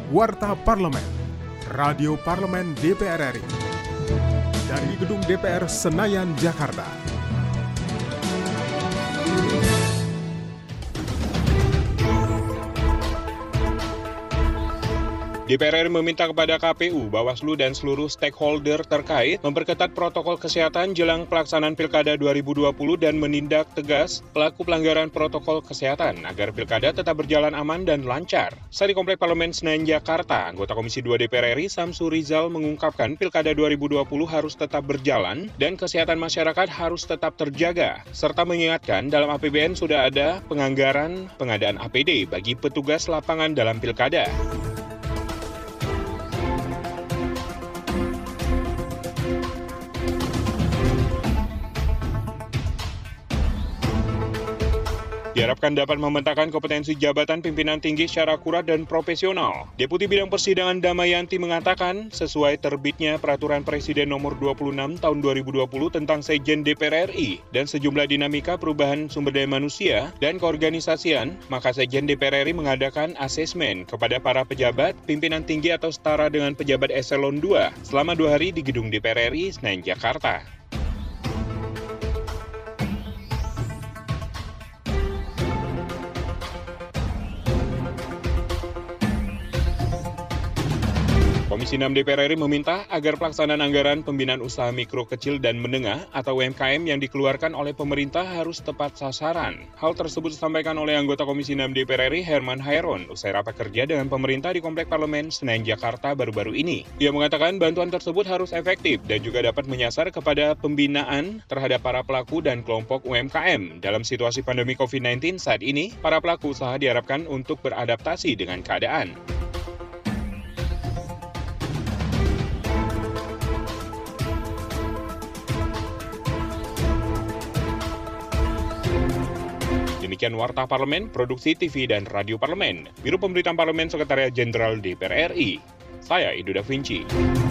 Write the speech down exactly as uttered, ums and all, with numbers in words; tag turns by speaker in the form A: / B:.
A: Warta Parlemen, Radio Parlemen D P R R I, dari Gedung D P R Senayan, Jakarta.
B: D P R R I meminta kepada K P U, Bawaslu, dan seluruh stakeholder terkait memperketat protokol kesehatan jelang pelaksanaan Pilkada dua ribu dua puluh dan menindak tegas pelaku pelanggaran protokol kesehatan agar Pilkada tetap berjalan aman dan lancar. Saat di Komplek Parlemen Senayan, Jakarta, anggota Komisi dua D P R R I Samsu Rizal mengungkapkan Pilkada dua ribu dua puluh harus tetap berjalan dan kesehatan masyarakat harus tetap terjaga, serta mengingatkan dalam A P B N sudah ada penganggaran pengadaan A P D bagi petugas lapangan dalam Pilkada. Diharapkan dapat memetakan kompetensi jabatan pimpinan tinggi secara akurat dan profesional. Deputi Bidang Persidangan Damayanti mengatakan, sesuai terbitnya Peraturan Presiden Nomor dua puluh enam Tahun dua ribu dua puluh tentang Sekjen D P R R I dan sejumlah dinamika perubahan sumber daya manusia dan keorganisasian, maka Sekjen D P R R I mengadakan asesmen kepada para pejabat, pimpinan tinggi atau setara dengan pejabat eselon dua selama dua hari di Gedung D P R R I Senayan, Jakarta. Komisi enam D P R R I meminta agar pelaksanaan anggaran pembinaan usaha mikro, kecil, dan menengah atau U M K M yang dikeluarkan oleh pemerintah harus tepat sasaran. Hal tersebut disampaikan oleh anggota Komisi enam D P R R I Herman Hairon usai rapat kerja dengan pemerintah di Komplek Parlemen Senayan, Jakarta baru-baru ini. Dia mengatakan bantuan tersebut harus efektif dan juga dapat menyasar kepada pembinaan terhadap para pelaku dan kelompok U M K M. Dalam situasi pandemi covid sembilan belas saat ini, para pelaku usaha diharapkan untuk beradaptasi dengan keadaan. Demikian Warta Parlemen, Produksi T V dan Radio Parlemen, Biro Pemberitaan Parlemen Sekretariat Jenderal D P R R I. Saya Edo Da Vinci.